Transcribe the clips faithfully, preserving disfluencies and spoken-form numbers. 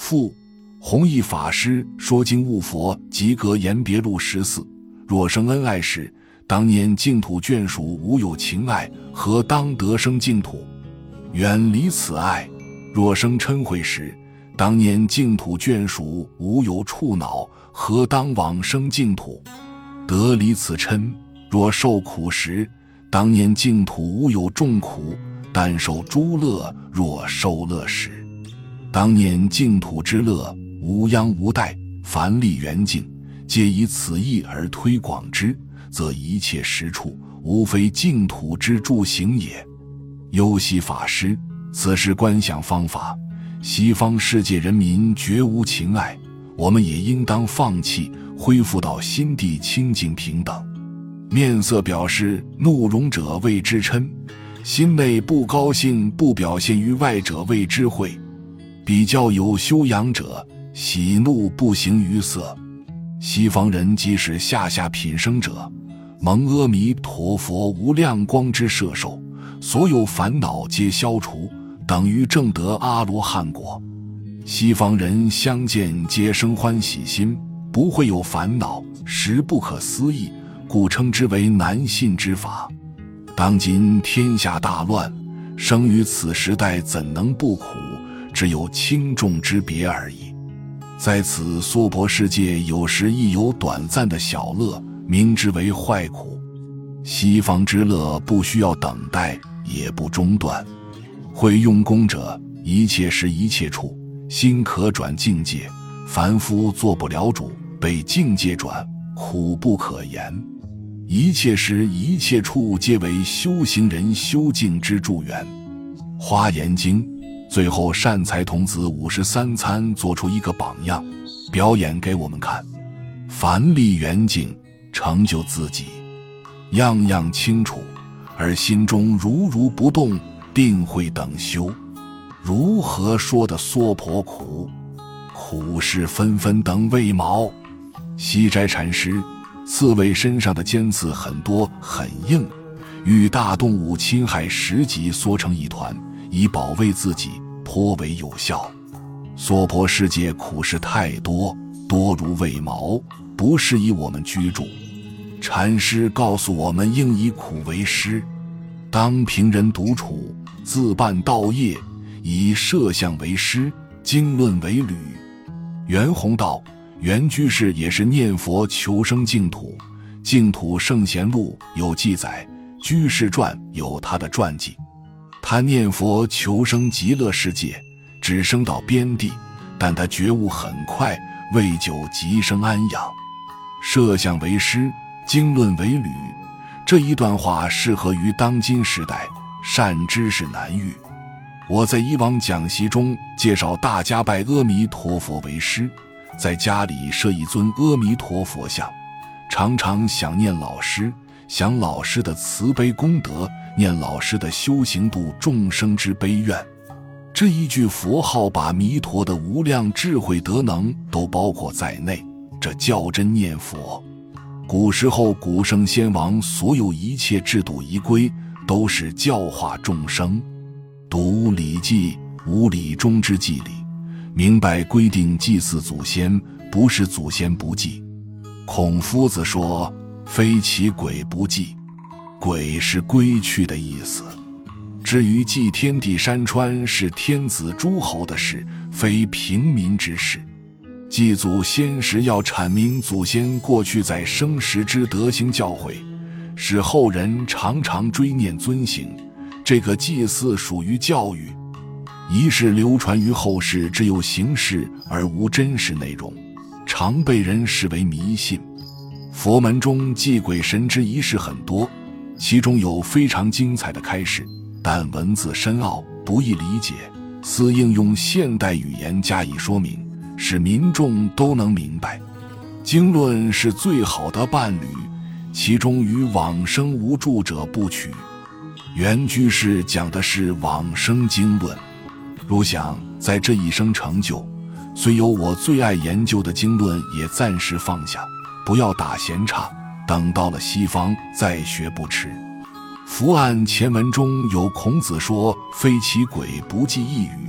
父弘一法师说经悟佛及格言别录十四，若生恩爱时，当念净土眷属无有情爱，何当得生净土？远离此爱。若生嗔恚时，当念净土眷属无有触恼，何当往生净土？得离此嗔。若受苦时，当念净土无有众苦，但受诸乐。若受乐时，当念净土之乐，无央无待，凡利缘境，皆以此意而推广之，则一切实处，无非净土之助行也。优西法师，此是观想方法，西方世界人民绝无情爱，我们也应当放弃，恢复到心地清净平等。面色表示怒容者谓之嗔，心内不高兴不表现于外者谓之恚。比较有修养者，喜怒不形于色。西方人即使下下品生者，蒙阿弥陀佛无量光之摄受，所有烦恼皆消除，等于证得阿罗汉果。西方人相见皆生欢喜心，不会有烦恼，实不可思议，故称之为难信之法。当今天下大乱，生于此时代怎能不苦？只有轻重之别而已。在此娑婆世界，有时亦有短暂的小乐，名之为坏苦。西方之乐不需要等待，也不中断。会用功者，一切时一切处，心可转境界。凡夫做不了主，被境界转，苦不可言。一切时一切处，皆为修行人修境之助缘。华严经最后，善财童子五十三参做出一个榜样，表演给我们看。凡立缘境，成就自己，样样清楚，而心中如如不动，定会等修。如何说的娑婆苦？苦是纷纷等为毛。西斋禅师，刺猬身上的尖刺很多很硬，遇大动物侵害时即缩成一团，以保卫自己，颇为有效。娑婆世界苦事太多，多如卫矛，不适宜我们居住。禅师告诉我们，应以苦为师，当平人独处，自办道业，以摄像为师，经论为履。袁弘道，袁居士也是念佛求生净土，净土圣贤录有记载，居士传有他的传记。他念佛求生极乐世界，只升到边地，但他觉悟很快，未久即生安养。摄像为师，经论为履，这一段话适合于当今时代，善知识难遇。我在以往讲习中介绍大家拜阿弥陀佛为师，在家里设一尊阿弥陀佛像，常常想念老师，想老师的慈悲功德，念老师的修行度众生之悲愿。这一句佛号把弥陀的无量智慧德能都包括在内，这较真念佛。古时候古圣先王所有一切制度仪规，都是教化众生。读《礼记》无礼中之祭礼，明白规定祭祀祖先，不是祖先不祭。孔夫子说，非其鬼不祭，鬼是归去的意思。至于祭天地山川，是天子诸侯的事，非平民之事。祭祖先时要阐明祖先过去在生时之德行教诲，使后人常常追念遵行。这个祭祀属于教育，仪式流传于后世，只有形式而无真实内容，常被人视为迷信。佛门中祭鬼神之仪式很多，其中有非常精彩的开示，但文字深奥，不易理解，似应用现代语言加以说明，使民众都能明白。经论是最好的伴侣，其中与往生无助者不取。袁居士讲的是往生经论，如想在这一生成就，虽有我最爱研究的经论，也暂时放下，不要打闲岔，等到了西方再学不迟。伏案前文中有孔子说，非其鬼不记一语，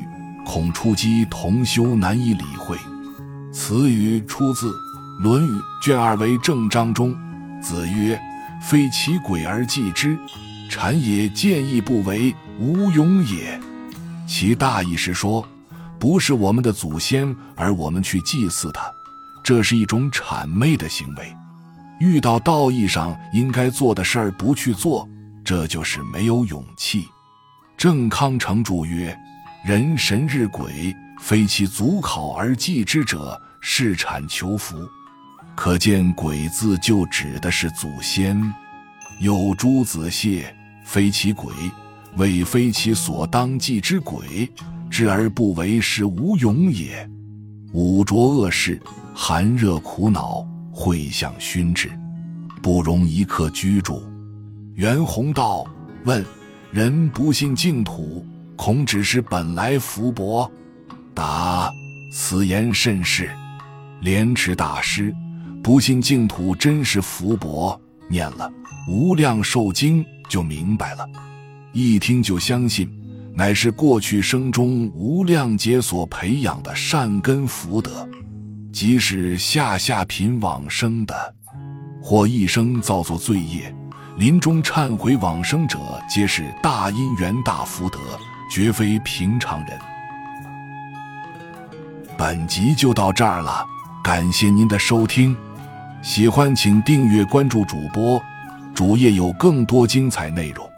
恐出击同修难以理会。此语出自《论语》卷二为正章中。子曰：非其鬼而祭之，谄也；见义不为，无勇也。其大意是说，不是我们的祖先，而我们去祭祀他，这是一种谄媚的行为。遇到道义上应该做的事儿不去做，这就是没有勇气。郑康成注曰：人神日鬼，非其祖考而祭之者，是谄求福。可见鬼字就指的是祖先。有诸子燮，非其鬼，谓非其所当祭之鬼，知而不为，是无勇也。五浊恶世，寒热苦恼，会相熏之，不容一刻居住。袁宏道问：人不信净土，恐只是本来福薄？答：此言甚是。莲池大师不信净土真是福薄，念了《无量寿经》就明白了，一听就相信，乃是过去生中无量劫所培养的善根福德，即使下下品往生的，或一生造作罪业，临终忏悔往生者，皆是大因缘大福德，绝非平常人。本集就到这儿了，感谢您的收听，喜欢请订阅关注主播，主页有更多精彩内容。